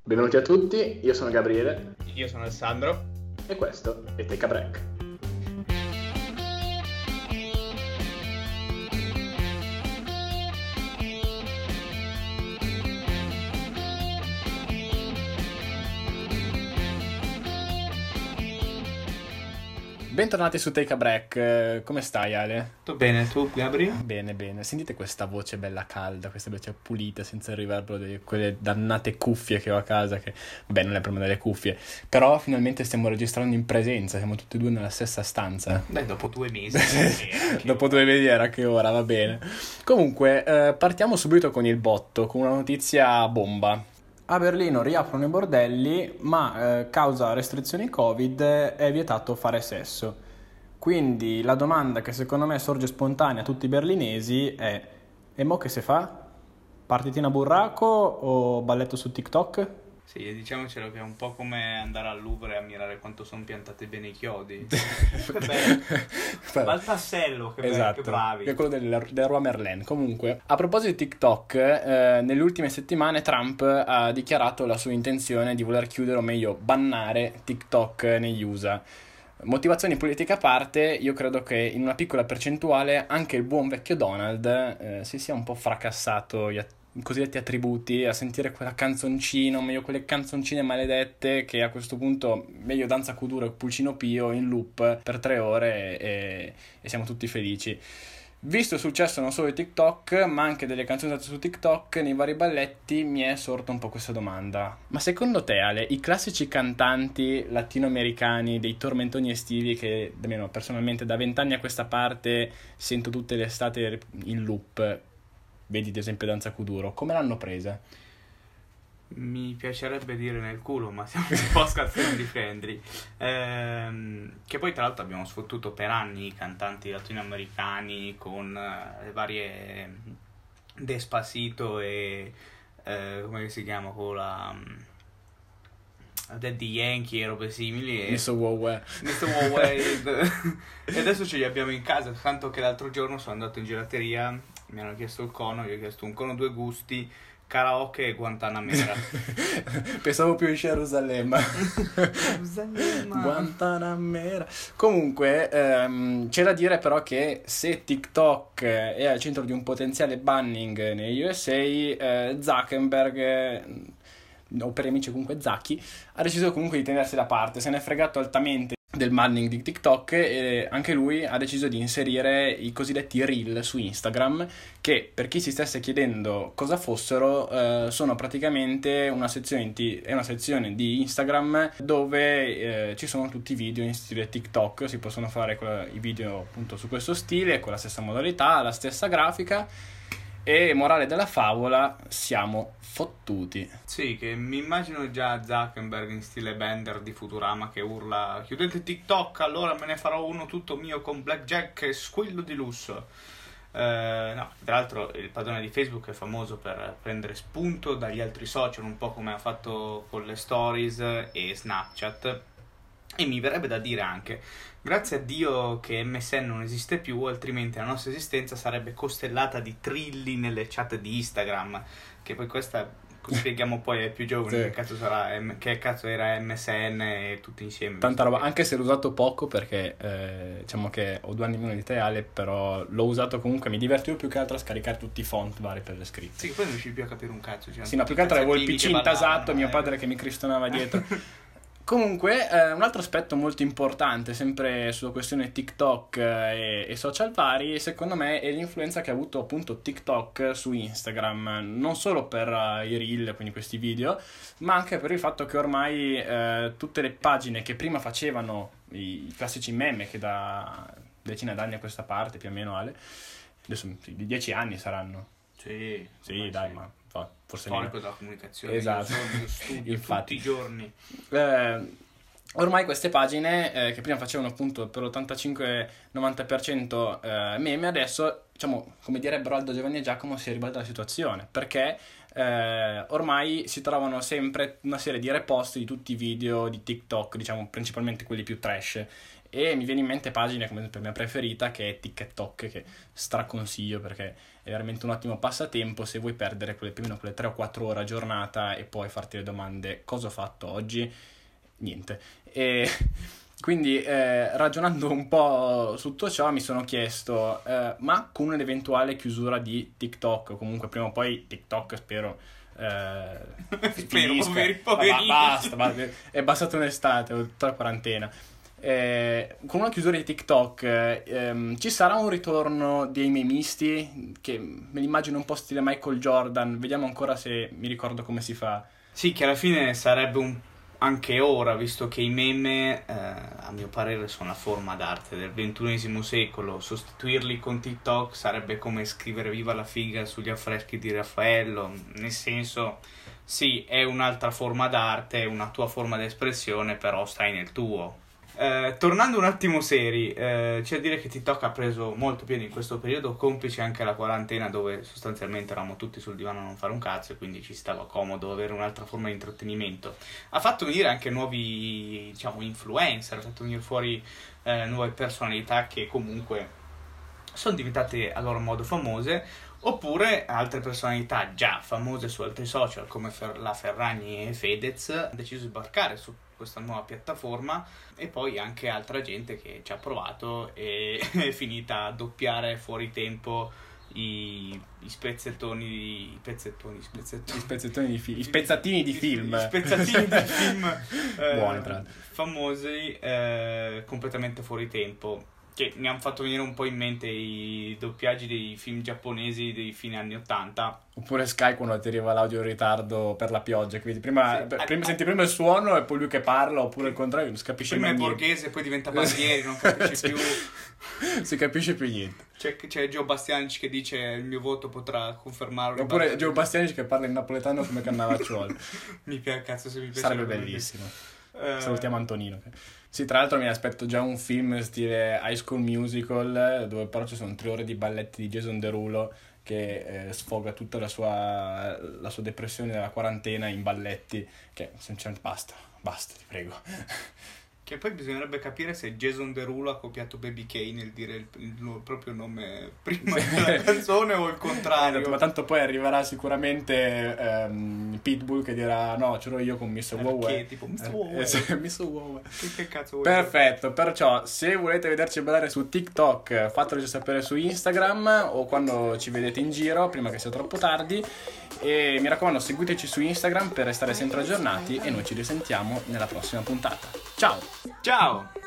Benvenuti a tutti, io sono Gabriele. Io sono Alessandro. E questo è Take a Break. Bentornati su Take a Break, come stai Ale? Tutto bene, tu Gabri? Bene, bene, sentite questa voce bella calda, questa voce pulita, senza il riverbero di quelle dannate cuffie che ho a casa, che vabbè non è per me delle cuffie, però finalmente stiamo registrando in presenza, siamo tutti e due nella stessa stanza. Beh, dopo 2 mesi. Dopo 2 mesi era che ora, va bene. Comunque, partiamo subito con il botto, con una notizia bomba. A Berlino riaprono i bordelli, ma causa restrizioni Covid è vietato fare sesso. Quindi la domanda che secondo me sorge spontanea a tutti i berlinesi è: e mo che se fa? Partitina burraco o balletto su TikTok? Sì, diciamocelo che è un po' come andare al Louvre e ammirare quanto sono piantati bene i chiodi. Ma il tassello, esatto, che bravi. È quello del Roi Merlin. Comunque, a proposito di TikTok, nelle ultime settimane Trump ha dichiarato la sua intenzione di voler chiudere, o meglio, bannare TikTok negli USA. Motivazioni politiche a parte, io credo che in una piccola percentuale anche il buon vecchio Donald si sia un po' fracassato i cosiddetti attributi, a sentire quella canzoncina, o meglio quelle canzoncine maledette che a questo punto meglio Danza Kuduro e Pulcino Pio in loop per 3 ore e siamo tutti felici. Visto il successo non solo di TikTok, ma anche delle canzoni usate su TikTok nei vari balletti, mi è sorta un po' questa domanda. Ma secondo te, Ale, i classici cantanti latinoamericani dei tormentoni estivi che, almeno personalmente, da 20 anni a questa parte sento tutte le estate in loop, vedi ad esempio Danza Kuduro, come l'hanno presa? Mi piacerebbe dire nel culo, ma siamo un po' scazzati friendly. Che poi tra l'altro abbiamo sfottuto per anni i cantanti latinoamericani con le varie Despacito e come si chiama quella Daddy Yankee e robe simili e Mr. Wow. E adesso ce li abbiamo in casa, tanto che l'altro giorno sono andato in gelateria, mi hanno chiesto il cono, io ho chiesto un cono 2 gusti, karaoke e Guantanamera. Pensavo più in Gerusalemme. Guantanamera. Comunque c'è da dire però che se TikTok è al centro di un potenziale banning negli USA, Zuckerberg, o per gli amici comunque Zacchi, ha deciso comunque di tenersi da parte, se ne è fregato altamente del banning di TikTok e anche lui ha deciso di inserire i cosiddetti Reel su Instagram, che per chi si stesse chiedendo cosa fossero, sono praticamente una sezione di Instagram dove ci sono tutti i video in stile TikTok, si possono fare i video appunto su questo stile, con la stessa modalità, la stessa grafica. E morale della favola, siamo fottuti. Sì, che mi immagino già Zuckerberg in stile Bender di Futurama che urla: chiudete TikTok, allora me ne farò uno tutto mio con blackjack e squillo di lusso. No, tra l'altro il padrone di Facebook è famoso per prendere spunto dagli altri social, un po' come ha fatto con le stories e Snapchat. E mi verrebbe da dire anche: grazie a Dio che MSN non esiste più, altrimenti la nostra esistenza sarebbe costellata di trilli nelle chat di Instagram. Che poi questa spieghiamo poi ai più giovani sì. che cazzo era MSN e tutti insieme. Tanta roba, anche se l'ho usato poco perché diciamo che ho 2 anni meno di te Ale, però l'ho usato comunque, mi divertivo più che altro a scaricare tutti i font vari per le scritte. Sì, poi non riuscivi più a capire un cazzo. Sì, ma più che altro avevo il PC intasato e mio padre che mi cristonava dietro. Comunque, un altro aspetto molto importante, sempre sulla questione TikTok e social vari, secondo me è l'influenza che ha avuto appunto TikTok su Instagram, non solo per i reel, quindi questi video, ma anche per il fatto che ormai tutte le pagine che prima facevano i classici meme, che da decine d'anni a questa parte, più o meno Ale, adesso di 10 anni saranno. Sì, dai, sì. Ma forse storico della comunicazione, esatto. Io studio infatti tutti i giorni. Ormai queste pagine che prima facevano appunto per l'85-90% meme, adesso diciamo, come direbbero Aldo, Giovanni e Giacomo, si è ribalta la situazione, perché ormai si trovano sempre una serie di repost di tutti i video di TikTok, diciamo principalmente quelli più trash, e mi viene in mente pagine come per mia preferita, che è TikTok, che straconsiglio perché è veramente un ottimo passatempo se vuoi perdere più o meno quelle 3 o 4 ore a giornata e poi farti le domande: cosa ho fatto oggi? Niente. E quindi ragionando un po' su tutto ciò mi sono chiesto, ma con un'eventuale chiusura di TikTok, comunque prima o poi TikTok spero finisca. Poverini. Basta, è bastata un'estate, tutta la quarantena. Con una chiusura di TikTok ci sarà un ritorno dei memisti, che me li immagino un po' stile Michael Jordan, vediamo ancora se mi ricordo come si fa. Sì, che alla fine sarebbe anche ora, visto che i meme, a mio parere, sono una forma d'arte del XXI secolo. Sostituirli con TikTok sarebbe come scrivere viva la figa sugli affreschi di Raffaello, nel senso, sì, è un'altra forma d'arte, è una tua forma di espressione, però stai nel tuo. Tornando un attimo seri, c'è da dire che TikTok ha preso molto piede in questo periodo, complice anche la quarantena, dove sostanzialmente eravamo tutti sul divano a non fare un cazzo e quindi ci stava comodo avere un'altra forma di intrattenimento. Ha fatto venire anche nuovi, diciamo, influencer, ha fatto venire fuori nuove personalità che comunque sono diventate a loro modo famose, oppure altre personalità già famose su altri social come la Ferragni e Fedez hanno deciso di sbarcare su questa nuova piattaforma, e poi anche altra gente che ci ha provato e è finita a doppiare fuori tempo i spezzatini di film Buoni, tra l'altro. famosi, completamente fuori tempo, che mi hanno fatto venire un po' in mente i doppiaggi dei film giapponesi dei fine anni 80. Oppure Sky quando ti arriva l'audio in ritardo per la pioggia, quindi senti prima il suono e poi lui che parla, oppure il contrario, non si capisce prima mai è niente. borghese, poi diventa Barbieri, non capisce più. Si capisce più niente. C'è Gio Bastianic che dice: il mio voto potrà confermarlo. Oppure Gio Bastianic che parla in napoletano come Cannavacciuolo. Mi piace, cazzo, se mi piace. Sarebbe bellissimo. Salutiamo Antonino. Sì, tra l'altro mi aspetto già un film stile High School Musical, dove però ci sono 3 ore di balletti di Jason Derulo che sfoga tutta la sua depressione della quarantena in balletti, che semplicemente basta, ti prego. Che poi bisognerebbe capire se Jason Derulo ha copiato Baby K nel dire il proprio nome prima della canzone o il contrario. Ma tanto poi arriverà sicuramente Pitbull che dirà: no, c'ero io con Miss Wow. Che tipo Miss Wow. Miss Wow. Che cazzo vuoi? Perfetto, perciò se volete vederci ballare su TikTok fatelo sapere su Instagram o quando ci vedete in giro, prima che sia troppo tardi. E mi raccomando, seguiteci su Instagram per restare sempre aggiornati e noi ci risentiamo nella prossima puntata. Ciao! Ciao!